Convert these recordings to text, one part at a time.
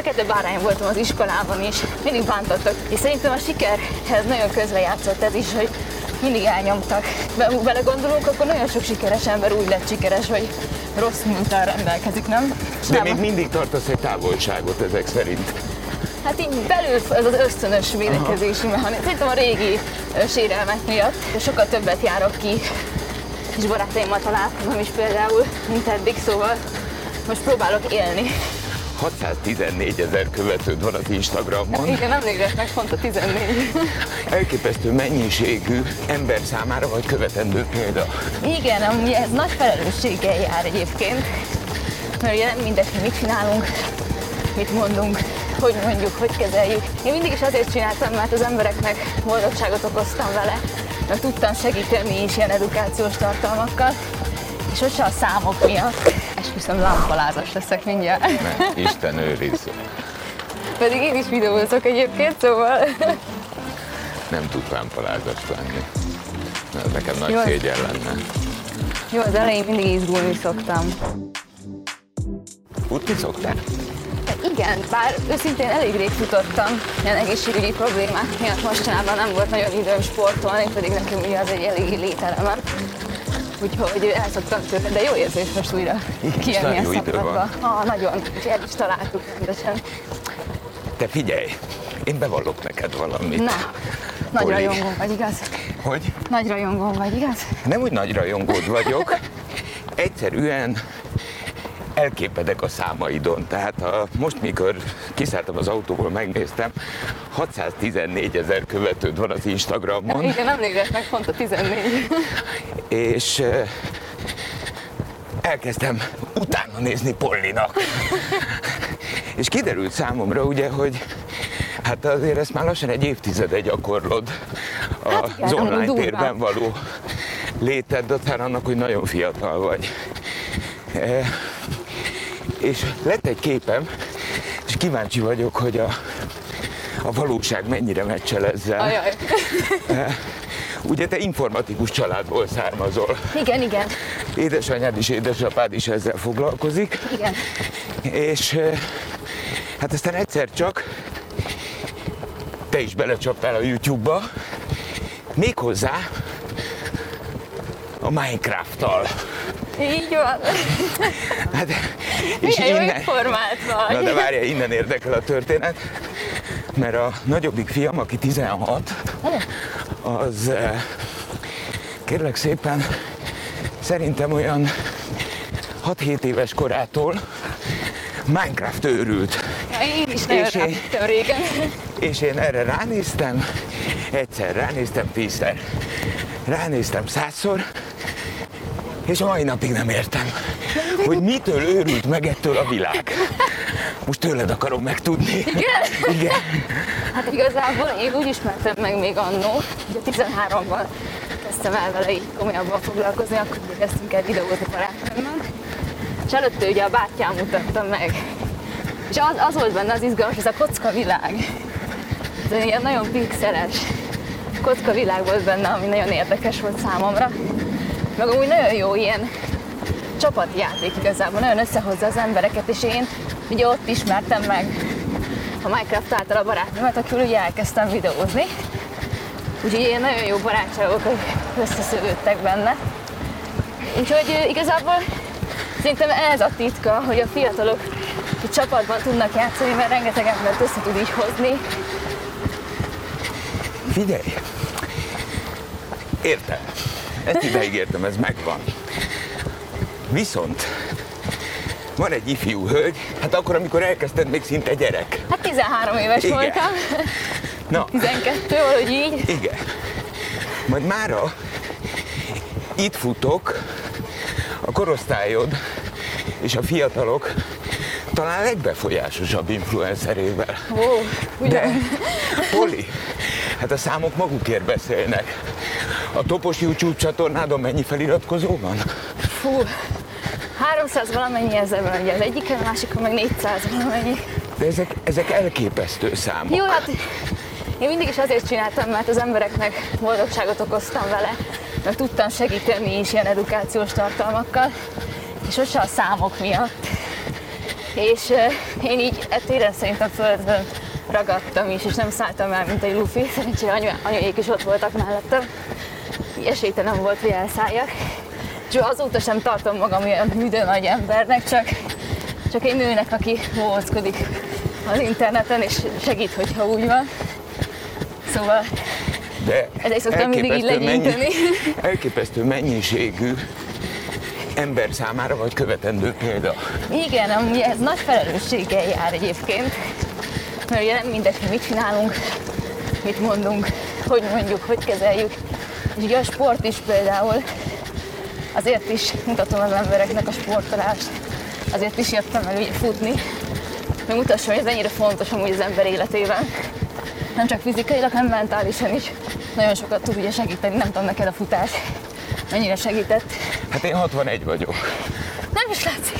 fekete bárány voltam az iskolában is, mindig bántottak. És szerintem a sikerhez nagyon közrejátszott ez is, hogy mindig elnyomtak. Belegondolunk, akkor nagyon sok sikeres ember úgy lett sikeres, hogy rossz mintán rendelkezik, nem? De még mindig tartasz egy távolságot ezek szerint. Hát így belül ez az ösztönös védekezési mechanizmus. Szerintem a régi sérelmek miatt sokkal többet járok ki, és barátaimmal találkozom is például, mint eddig, szóval most próbálok élni. 614 000 követőd van az Instagramon. Igen, nem lett pont a 14. Elképesztő mennyiségű ember számára vagy követendő példa. Igen, amúgy ez nagy felelősséggel jár egyébként, mert ugye nem mindegy, hogy mit csinálunk, mit mondunk, hogy mondjuk, hogy kezeljük. Én mindig is azért csináltam, mert az embereknek boldogságot okoztam vele, mert tudtam segíteni is ilyen edukációs tartalmakkal, és sose a számok miatt. Esküszöm, lámpalázas leszek mindjárt. Ne, Isten őrizz. Pedig én is videózok egyébként, szóval... Nem tud lámpalázas lenni. Ez nekem nagy Jó, szégyen lenne. Jó, az elején mindig izgulni szoktam. Futni szoktál? Igen, bár őszintén elég rég futottam, ilyen egészségügyi problémák miatt mostanában nem volt nagyon időm sportolni, pedig nekem ugye az egy eléggé lételemem. Úgyhogy el szoktam tőle, de jó érzés most újra kijönni a szabadba. Nagyon, és el is találtuk rendesen. Te figyelj, én bevallok neked valamit. Na, nagy Poli. rajongó vagy, igaz? Hogy? Nagy rajongó vagy, igaz? Nem úgy nagy rajongód vagyok, egyszerűen elképedek a számaidon. Tehát most, mikor kiszálltam az autóból, megnéztem, 614 000 követőd van az Instagramon. Igen, nem lett meg pont a 14. És elkezdtem utána nézni Pollinak. És kiderült számomra ugye, hogy hát azért ezt már lassan egy évtizede gyakorlod az online térben való létedet, annak, hogy nagyon fiatal vagy. És lett egy képem, és kíváncsi vagyok, hogy a valóság mennyire meccsel ezzel. Ajaj. Ugye te informatikus családból származol. Igen, igen. Édesanyád is, édesapád is ezzel foglalkozik. Igen. És hát aztán egyszer csak te is belecsaptál a YouTube-ba, méghozzá a Minecraft-tal. Így van. Hát, és milyen jó informált vagy. Na de várjál, innen érdekel a történet, mert a nagyobbik fiam, aki 16, az kérlek szépen szerintem olyan 6-7 éves korától Minecraft őrült. Ja, én is nagyon rájöttem régen. És én erre ránéztem, egyszer ránéztem, 10-szer, ránéztem 100-szor, és a mai napig nem értem, hogy mitől őrült meg ettől a világ. Most tőled akarom megtudni. Igen? Igen. Hát igazából én úgy ismertem meg még annó, ugye 13-ban kezdtem el vele így komolyabban foglalkozni, akkor kezdtünk el videózni barátaimmal. És előtte ugye a bátyám mutatta meg. És az volt benne az izgalmas, ez a kocka világ. Ez egy ilyen nagyon pixeles kocka világ volt benne, ami nagyon érdekes volt számomra. Meg amúgy nagyon jó ilyen csapatjáték igazából, nagyon összehozza az embereket, és én ugye ott ismertem meg a Minecraft által a barátnőmet, akivel ugye elkezdtem videózni. Úgyhogy ilyen nagyon jó barátságok összeszövődtek benne. Úgyhogy igazából szerintem ez a titka, hogy a fiatalok egy csapatban tudnak játszani, mert rengeteg embert össze tud így hozni. Figyelj! Értem. Ezt ideig értem, ez megvan. Viszont van egy ifjú hölgy, hát akkor, amikor elkezdted, még szinte gyerek. Hát 13 éves Igen. voltam. Na. 12, valahogy így. Igen. Majd mára itt futok, a korosztályod és a fiatalok talán legbefolyásosabb influencerével. Ó, de, Poli, hát a számok magukért beszélnek. A topos YouTube csatornádon mennyi feliratkozó van? Fú, 300 valamennyi ezzel van ugye az egyik, a másikon meg 400 valamennyi. De ezek elképesztő számok. Jó, hát én mindig is azért csináltam, mert az embereknek boldogságot okoztam vele, mert tudtam segíteni is ilyen edukációs tartalmakkal, és sose a számok miatt. És én így téren szerintem földön ragadtam is, és nem szálltam el, mint egy lufi. Szerencsére anyuék is ott voltak mellettem. Esélytelen volt, hogy elszálljak. És azóta sem tartom magam olyan hűdő nagy embernek, csak egy nőnek, aki mózkodik az interneten, és segít, hogyha úgy van. Szóval ezért szoktam mindig így legyinteni. Elképesztő mennyiségű ember számára vagy követendő példa. Igen, amúgy ez nagy felelősséggel jár egyébként, mert ugye nem mindegy, hogy mit csinálunk, mit mondunk, hogy mondjuk, hogy kezeljük. És ugye a sport is például, azért is mutatom az embereknek a sportolást, azért is jöttem el ugye futni, hogy mutassam, hogy ez ennyire fontos amúgy az ember életében. Nem csak fizikailag, hanem mentálisan is nagyon sokat tud ugye segíteni. Nem tudom neked a futás mennyire segített. Hát én 61 vagyok. Nem is látszik.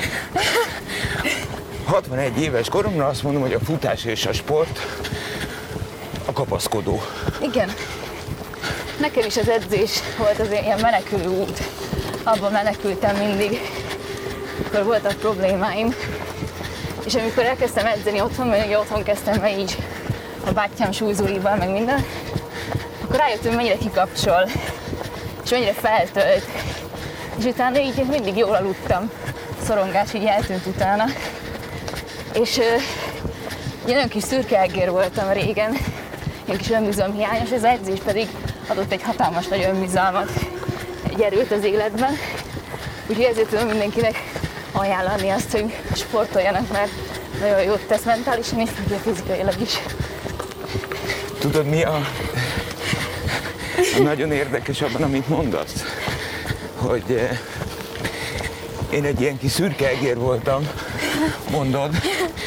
61 éves koromra azt mondom, hogy a futás és a sport a kapaszkodó. Igen. Nekem is az edzés volt az ilyen menekülő út. Abban menekültem mindig, amikor voltak problémáim. És amikor elkezdtem edzeni otthon, mert ugye otthon kezdtem be így a bátyám súlyzóival, meg minden, akkor rájöttem, hogy mennyire kikapcsol, és mennyire feltölt. És utána így mindig jól aludtam. A szorongás így eltűnt utána. És ugye nagyon kis szürke egér voltam régen, ilyen kis önbizalomhiányos, az edzés pedig adott egy hatalmas nagy önbizalmat, egy erőt az életben. Úgyhogy ezért tudom mindenkinek ajánlani azt, hogy sportoljanak, mert nagyon jót tesz mentálisan és fizikailag is. Tudod, mi a nagyon érdekes abban, amit mondasz? Hogy én egy ilyen kis szürke egér voltam, mondod,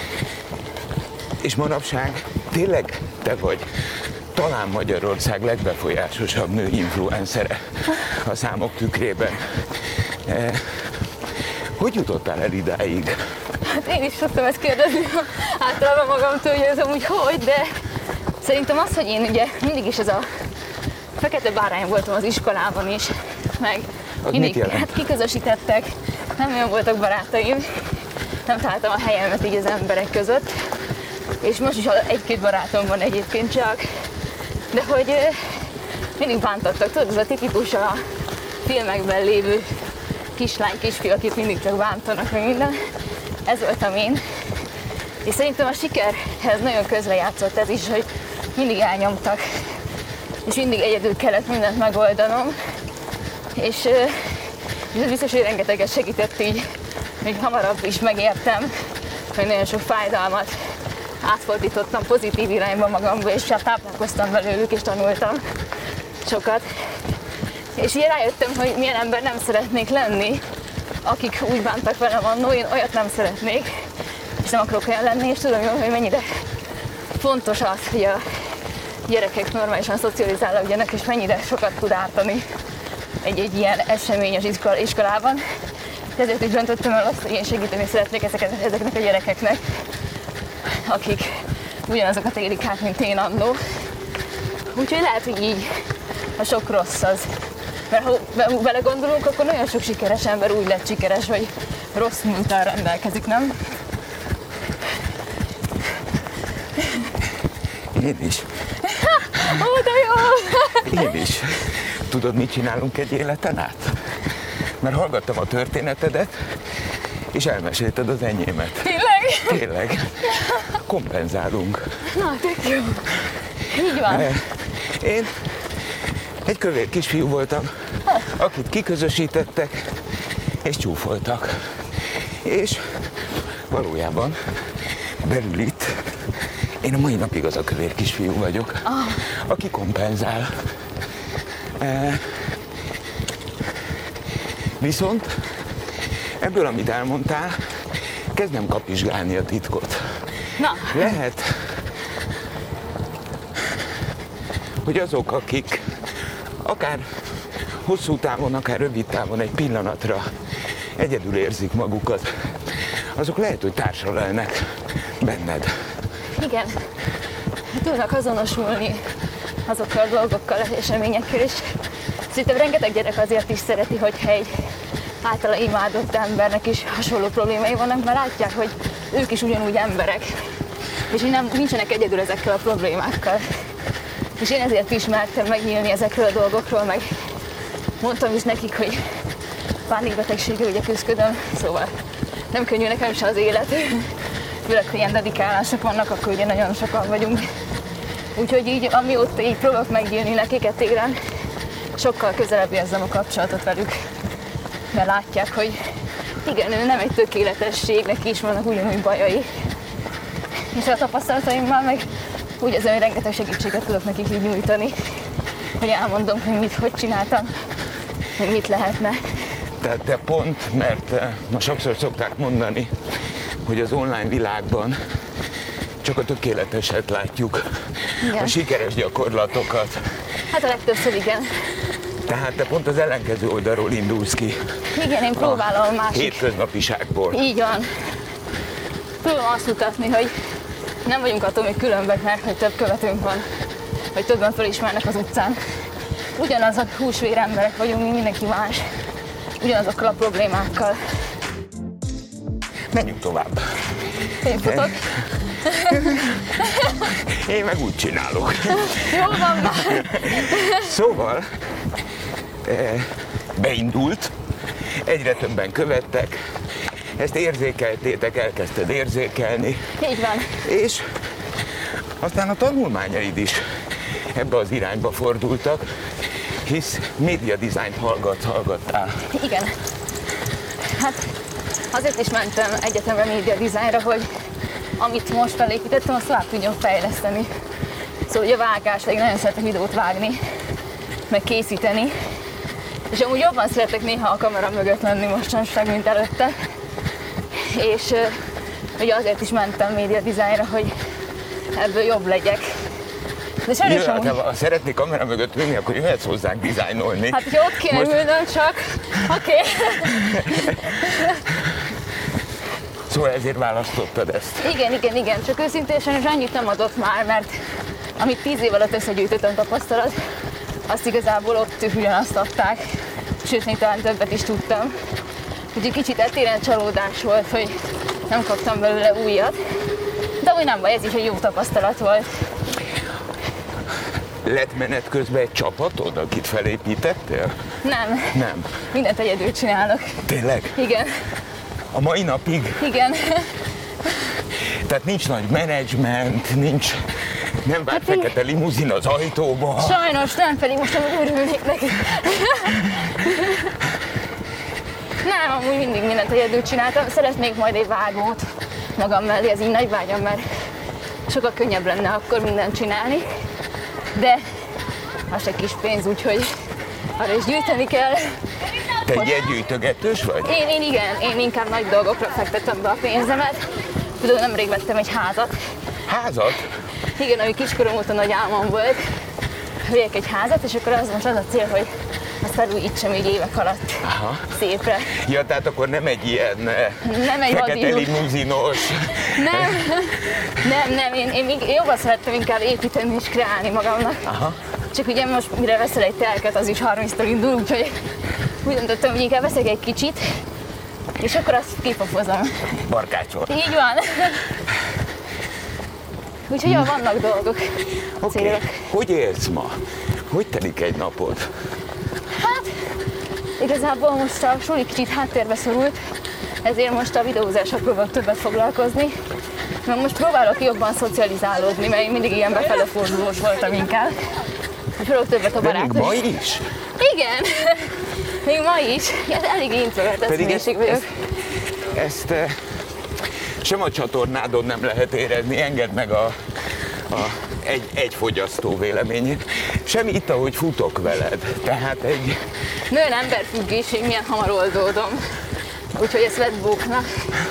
és manapság tényleg te vagy talán Magyarország legbefolyásosabb női influencere a számok tükrében. Hogy jutottál el idáig? Hát én is szoktam ezt kérdezni általában magamtól, hogy ez amúgy hogy, de szerintem az, hogy én ugye mindig is ez a fekete bárány voltam az iskolában is, meg az mindig kiközösítettek, nem olyan voltak barátaim, nem találtam a helyemet így az emberek között, és most is egy-két barátom van egyébként csak, de hogy mindig bántattak, tudod, ez a tipikus a filmekben lévő kislány, kisfiú, akit mindig csak bántanak, meg minden. Ez voltam én. És szerintem a sikerhez nagyon közrejátszott ez is, hogy mindig elnyomtak, és mindig egyedül kellett mindent megoldanom. És ez biztos, hogy rengeteget segített így, még hamarabb is megértem, hogy nagyon sok fájdalmat átfordítottam pozitív irányba magamba, és táplálkoztam belőlük, és tanultam sokat. És így rájöttem, hogy milyen ember nem szeretnék lenni, akik úgy bántak velem annó, én olyat nem szeretnék, és nem akarok olyan lenni, és tudom jól, hogy mennyire fontos az, hogy a gyerekek normálisan szocializálódjanak, és mennyire sokat tud ártani egy ilyen eseményes iskolában. Ezért is döntöttem el azt, hogy én segíteni szeretnék ezeknek a gyerekeknek, akik ugyanazokat élik át, mint én annó. Úgyhogy lehet, hogy így a sok rossz az. Mert ha belegondolunk, akkor nagyon sok sikeres ember úgy lett sikeres, hogy rossz múlttal rendelkezik, nem? Én is. Ó, de jó! Én is. Tudod, mit csinálunk egy életen át? Mert hallgattam a történetedet, és elmesélted az enyémet. Tényleg? Tényleg. Kompenzálunk. Na, tök jó. Így van. Én egy kövér kisfiú voltam, akit kiközösítettek, és csúfoltak. És valójában belül itt én a mai napig az a kövér kisfiú vagyok, aki kompenzál. Viszont ebből, amit elmondtál, kezdem kapizsgálni a titkot. Na. Lehet, hogy azok, akik akár hosszú távon, akár rövid távon egy pillanatra egyedül érzik magukat, azok lehet, hogy társalelnek benned. Igen. Tudnak azonosulni azokkal a dolgokkal, eseményekkel, és szerintem rengeteg gyerek azért is szereti, hogyha egy általa imádott embernek is hasonló problémái vannak, mert látják, hogy ők is ugyanúgy emberek, és nincsenek egyedül ezekkel a problémákkal. És én ezért is mertem megnyílni ezekről a dolgokról, meg mondtam is nekik, hogy pánikbetegséggel ugye küzdködöm, szóval nem könnyű nekem se az élet. Főleg, hogy ilyen dedikálások vannak, akkor ugye nagyon sokan vagyunk. Úgyhogy így, amióta így próbálok megnyílni nekik téren, sokkal közelebb érzem a kapcsolatot velük. Mert látják, hogy igen, ő nem egy tökéletesség, neki is vannak ugyanúgy bajai. És a tapasztalataimmal meg úgy érzem, hogy rengeteg segítséget tudok nekik így nyújtani. Hogy elmondom, hogy hogy csináltam, hogy mit lehetne. Tehát te pont, mert ma sokszor szokták mondani, hogy az online világban csak a tökéleteset látjuk, igen. A sikeres gyakorlatokat. Hát a legtöbbször igen. Tehát te pont az ellenkező oldalról indulsz ki. Igen, én próbálom a másik. Hétköznapiságból. Így van. Próbálom azt mutatni, hogy nem vagyunk attól még különbek, mert hogy több követőnk van, vagy többen felismernek az utcán. Ugyanaz a húsvér emberek vagyunk, mint mindenki más. Ugyanazokkal a problémákkal. Menjünk tovább. Én futok. Én meg úgy csinálok. Jó van már. Szóval beindult, egyre többen követtek, ezt érzékeltétek, elkezdted érzékelni. Így van. És aztán a tanulmányaid is ebbe az irányba fordultak, hisz média dizájnt hallgattál. Igen. Hát azért is mentem egyetemre média dizájnra, hogy amit most felépítettem, azt tovább tudjam fejleszteni. Szóval ugye vágás, vagy nagyon szeretek videót vágni, meg készíteni. És amúgy jobban szeretek néha a kamera mögött lenni mostanság, mint előtte. És ugye azért is mentem média dizájnra, hogy ebből jobb legyek. De sajnos amúgy... Ha szeretnék kamera mögött ülni, akkor jöhetsz hozzánk dizájnolni. Hát, hogyha ott kéne ülnöm csak, oké. Szóval ezért választottad ezt. Igen, csak őszintén sajnos annyit nem adott már, mert amit 10 év alatt összegyűjtöttem tapasztalat, azt igazából ott ugyanazt adták, sőt, még talán többet is tudtam. Úgyhogy kicsit eltéren csalódás volt, hogy nem kaptam belőle újat, de úgy nem baj, ez is egy jó tapasztalat volt. Lett menet közben egy csapatod, akit felépítettél? Nem. Mindent egyedül csinálok. Tényleg? Igen. A mai napig? Igen. Tehát nincs nagy menedzsment, nem vár fekete limuzin az ajtóba. Sajnos nem, pedig most amúgy örülnék neki. Nem, amúgy mindig mindent egyedül csináltam. Szeretnék majd egy vágót magam mellé, ez így nagy vágyam, mert sokkal könnyebb lenne akkor mindent csinálni. De az egy kis pénz, úgyhogy arra is gyűjteni kell. Te egy jegygyűjtögetős vagy? Én igen, én inkább nagy dolgokra fektettem be a pénzemet. Tudom, nemrég vettem egy házat. Házat? Igen, ami kiskorom óta nagy álmom volt. Vegyek egy házat, és akkor az most az a cél, hogy azt felújítsam így évek alatt. Aha. Szépre. Ja, tehát akkor nem egy ilyen nem egy fekete limuzinos. Nem, én még jobban szerettem inkább építeni és kreálni magamnak. Aha. Csak ugye most mire veszel egy telket, az is 30-tól indul, úgyhogy úgy döntöttem, hogy inkább veszek egy kicsit, és akkor azt kipofozom. Barkácsol. Így van. Úgyhogy jó, vannak dolgok. Oké. Hogy élsz ma? Hogy telik egy napod? Hát, igazából most a suli kicsit háttérbe szorult, ezért most a videózással próbálok többet foglalkozni. Mert most próbálok jobban szocializálódni, mert én mindig ilyen befele fordulós voltam inkább. Próbálok többet a barátok. De még ma is? Igen, még ma is. Elég introvertett személyiség vagyok. Ezt sem a csatornádon nem lehet érezni, engedd meg egy fogyasztó véleményét. Sem itt, ahogy futok veled. Tehát egy... Nagyon emberfüggésig, milyen hamar oldódom. Úgyhogy ezt vedd bóknak.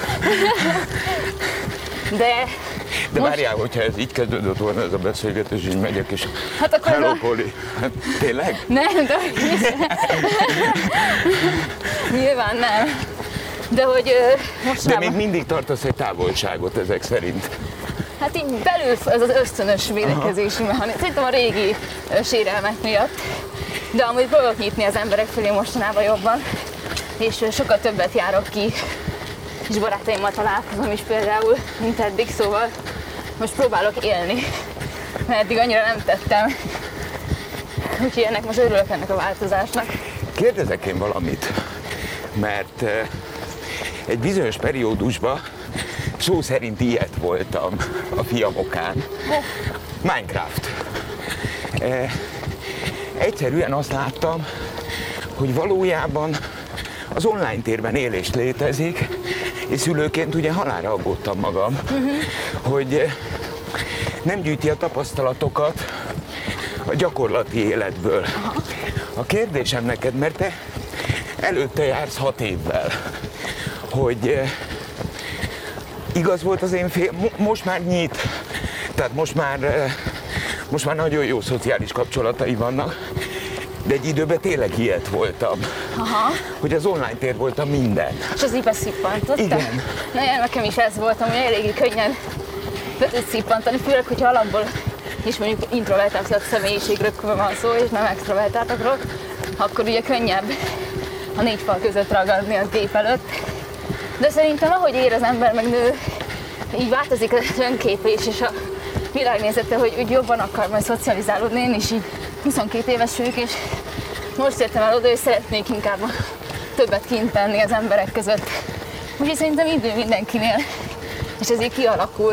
De várjál, hogyha ez így kezdődött volna ez a beszélgetés, így megyek és... Hát akkor hello, Poli. Hát, tényleg? Nem, de nyilván nem. De hogy most De még mindig tartasz egy távolságot ezek szerint. Hát így belül ez az ösztönös védekezési mechanizmus. Szerintem a régi sérelmek miatt. De amúgy próbálok nyitni az emberek felé mostanában jobban. és sokkal többet járok ki, és barátaimmal találkozom is például, mint eddig, szóval most próbálok élni, mert eddig annyira nem tettem. Úgyhogy ennek most örülök, ennek a változásnak. Kérdezek én valamit, mert egy bizonyos periódusban szó szerint ilyet voltam a fiamokán. Minecraft. Egyszerűen azt láttam, hogy valójában az online térben élés létezik, és szülőként ugye halálra aggódtam magam, hogy nem gyűjti a tapasztalatokat a gyakorlati életből. A kérdésem neked, mert te előtte jársz 6 évvel, hogy igaz volt az én most már nyit, tehát most már nagyon jó szociális kapcsolatai vannak, de egy időben tényleg ilyet voltam. Aha. Hogy az online tér volt a minden. És az így beszippantott? Igen. Na, nekem is ez volt, hogy eléggé könnyen be tudsz szippantani, főleg, hogyha alapból is mondjuk introvertált személyiségről van szó, és nem extrovertáltakról, akkor ugye könnyebb a 4 fal között ragadni a gép előtt. De szerintem ahogy ér az ember meg nő, így változik az önképe is, és a világnézete, hogy úgy jobban akar majd szocializálódni. Én is így 22 éves vagyok, és most értem el oda, hogy szeretnék inkább többet kint lenni az emberek között. Úgyhogy szerintem idő mindenkinél, és ez így kialakul.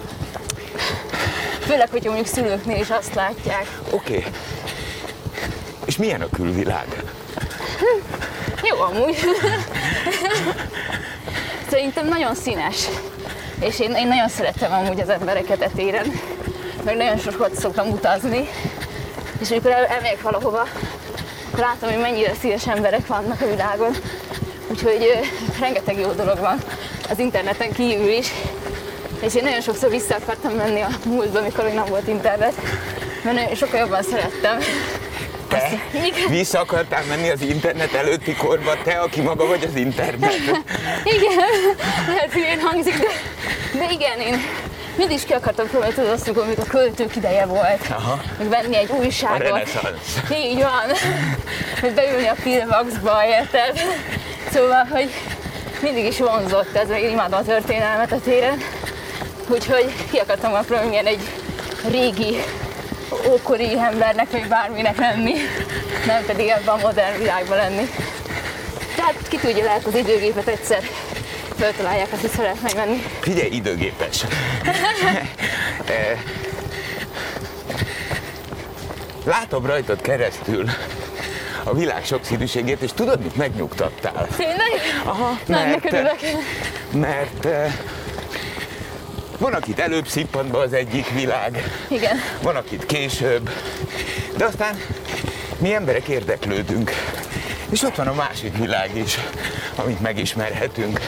Főleg, hogyha mondjuk szülőknél is azt látják. Oké. És milyen a külvilág? Jó amúgy. Szerintem nagyon színes. És én nagyon szeretem amúgy az embereket e téren. Meg nagyon sokat szoktam utazni. És amikor elmegyek valahova, látom, hogy mennyire színes emberek vannak a világon. Úgyhogy rengeteg jó dolog van az interneten kívül is. És én nagyon sokszor vissza akartam menni a múltba, amikor még nem volt internet. Mert sokkal jobban szerettem. Te vissza akartál menni az internet előtti korba, te, aki maga vagy az internet? Igen, lehet, hogy én hangzik, de igen, én mindig is ki akartam próbálni, tudod azt, amikor a költők ideje volt. Aha. Meg venni egy újságot. A reneszánsz. Így van. Hogy beülni a Pilvaxba, érted? Szóval, hogy mindig is vonzott ez, meg én imádom a történelmet a téren. Úgyhogy ki akartam volna próbálni, milyen egy régi, ókori embernek, vagy bárminek lenni, nem pedig ebben a modern világban lenni. Tehát ki tudja, lehet az időgépet egyszer föltalálják, azt, hogy szeretnek menni. Figyelj, időgépes! Látom rajtad keresztül a világ sokszínűségét, és tudod, mit megnyugtattál? Tényleg? Aha, mert van, akit előbb szippant be az egyik világ, igen. Van, akit később, de aztán mi emberek érdeklődünk. És ott van a másik világ is, amit megismerhetünk.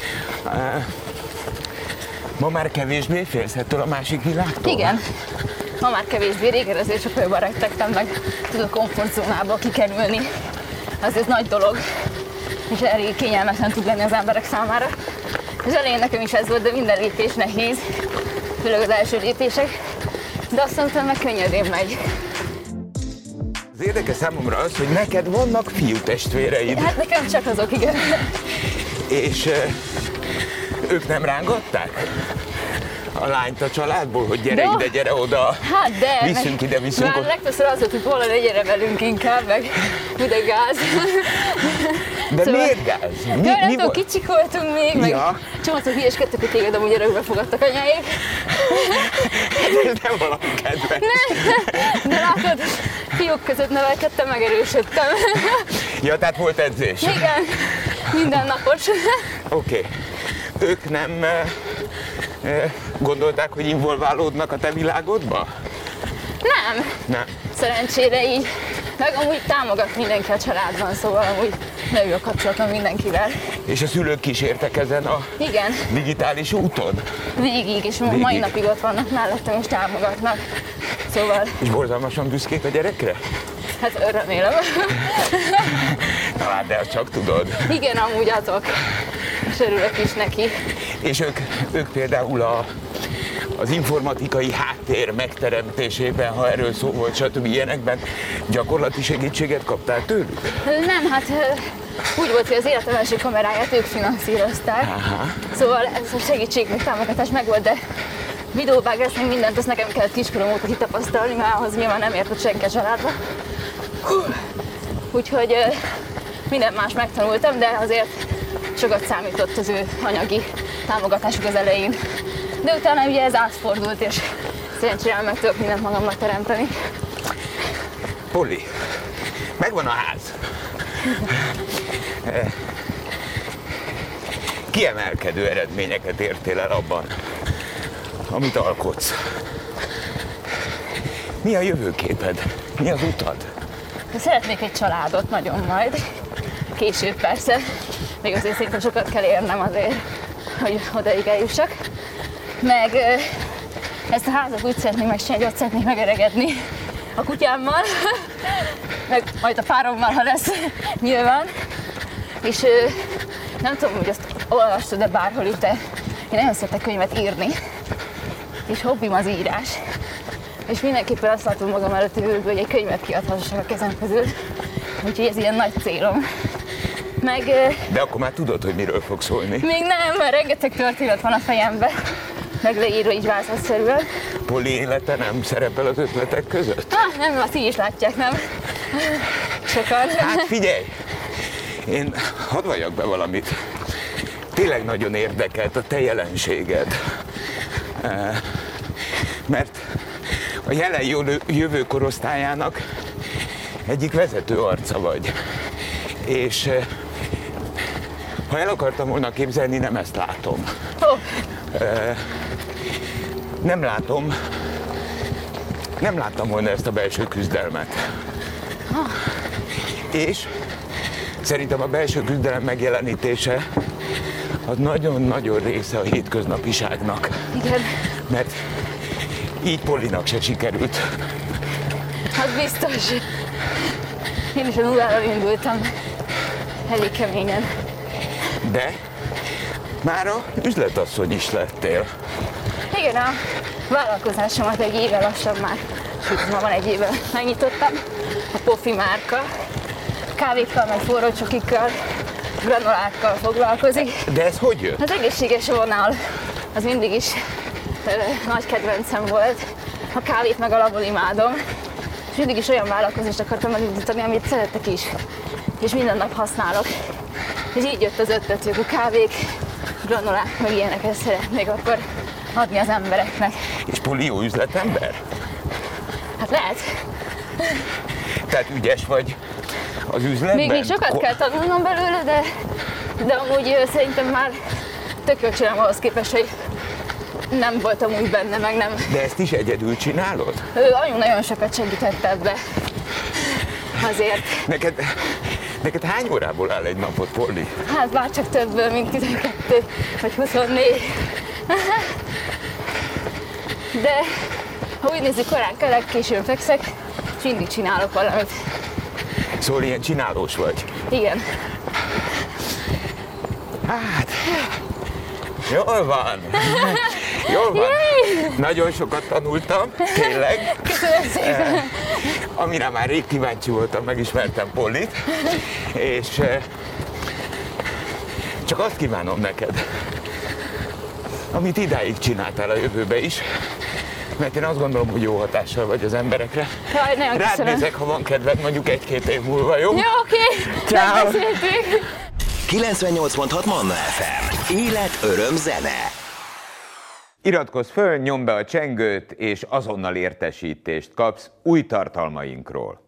Ma már kevésbé félsz ettől a másik világtól? Igen. Ma már kevésbé, régen azért sokkal jobban rettegtem meg, tudod, komfortzónából kikerülni. Az ez nagy dolog, és elég kényelmetlen tud lenni az emberek számára. Az elején nekem is ez volt, de minden lépés nehéz, főleg az első lépések, de aztán utána meg könnyedén megy. Az érdekes számomra az, hogy neked vannak fiútestvéreid. Hát nekem csak azok, igen. És ők nem rángatták a lányt a családból, hogy gyere ide, gyere oda, hát de, viszünk ide, viszünk oda. Már legtöbbször az volt, hogy volna, ne gyere velünk inkább, meg ide gáz. De szóval, miért gáz? Nem tudom, kicsik voltunk még, meg csomószor hülyeskedtek, hogy téged amúgy örökbe fogadtak anyáik. Ez nem valami kedves. De látod, fiúk között nevelkedtem, megerősödtem. Ja, tehát volt edzés. Igen, mindennapos. Oké. Ők nem gondolták, hogy involválódnak a te világodba? Nem. Szerencsére így. Meg amúgy támogat mindenki a családban, szóval amúgy nagyon a kapcsolatom mindenkivel. És a szülők kísértek ezen a digitális úton? Végig, és mai napig ott vannak mellettem, és támogatnak. Szóval... És borzalmasan büszkék a gyerekre? Hát remélem. Na hát, de azt csak tudod. Igen, amúgy azok. És örülök is neki. És ők például az informatikai háttér megteremtésében, ha erről szó volt, stb. Ilyenekben gyakorlati segítséget kaptál tőlük? Nem, hát úgy volt, hogy az életem első kameráját ők finanszírozták. Aha. Szóval ez a segítség, még támogatás megvolt, de videóvágás, meg mindent, azt nekem kellett kiskorom óta kitapasztalni, mert ahhoz nyilván nem értett senki a családba. Úgyhogy minden más megtanultam, de azért sokat számított az ő anyagi támogatásuk az elején. De utána ugye ez átfordult, és szerencsére meg tudok mindent magamnak teremteni. Polly, megvan a ház. Kiemelkedő eredményeket értél el abban, amit alkotsz. Mi a jövőképed? Mi az utad? Szeretnék egy családot nagyon majd. Később persze. Még azért szerintem sokat kell érnem azért, hogy odaig eljussak. Meg ezt a házat úgy szeretnék megcsinálni, hogy ott szeretnék megöregedni a kutyámmal, meg majd a párommal, ha lesz nyilván. És nem tudom, hogy azt olvastad, de bárhol itt, én nagyon szeretek könyvet írni. És hobbim az írás. És mindenképpen azt látom magam előtt jövőből, hogy egy könyvet kiadhassak a kezem közül. Úgyhogy ez ilyen nagy célom. Meg... De akkor már tudod, hogy miről fog szólni. Még nem, mert rengeteg történet van a fejemben. Meg leírva így vázlatszerűen. Polly élete nem szerepel az ötletek között? Nem, azt így is látják, nem? Sokan. Hát figyelj! Én hadd valljak be valamit. Tényleg nagyon érdekelt a te jelenséged. Mert a jelen jövő korosztályának egyik vezető arca vagy. És ha el akartam volna képzelni, nem ezt látom. Nem láttam volna ezt a belső küzdelmet. És szerintem a belső küzdelem megjelenítése az nagyon-nagyon része a hétköznapiságnak. Igen. Mert így Pollynak se sikerült. Hát biztos. Én is a nulláról indultam. Elég keményen. De mára üzletasszony is lettél. Igen, a vállalkozásomat egy éve lassan már, sőt, ma van egy éve megnyitottam. A Pofi márka. Kávékkal, meg forró csokikkal, granolákkal foglalkozik. De ez hogy jött? Az egészséges vonal az mindig is nagy kedvencem volt. A kávét meg alapból imádom. És mindig is olyan vállalkozást akartam elindítani, amit szeretek is. És minden nap használok. És így jött az ötlet, hogy a kávék, granolák, meg ilyeneket szeretnék akkor adni az embereknek. És Polly jó üzletember? Hát lehet. Tehát ügyes vagy az üzletben? Még sokat kell tanulnom belőle, de amúgy szerintem már tök jól csinálom ahhoz képest, hogy nem voltam úgy benne, meg nem. De ezt is egyedül csinálod? Anyu nagyon sokat segített ebbe. Azért. Neked hány órából áll egy napot, Polly? Hát bár csak több, mint 12 vagy 24. De ha úgy nézzük, korán kelek, későn fekszek, és mindig csinálok valamit. Szóval ilyen csinálós vagy? Igen. Hát, jól van. Jól van. Nagyon sokat tanultam, tényleg. Köszönöm szépen. Amire már rég kíváncsi voltam, megismertem Pollyt, és csak azt kívánom neked, amit idáig csináltál a jövőbe is, mert én azt gondolom, hogy jó hatással vagy az emberekre. Jaj, nagyon Rád köszönöm. nézek, ha van kedved, mondjuk 1-2 év múlva, jó? Jó, oké. Ciao. Megbeszéltük. 98.6 Manna FM. Élet, öröm, zene. Iratkozz föl, nyomd be a csengőt, és azonnal értesítést kapsz új tartalmainkról.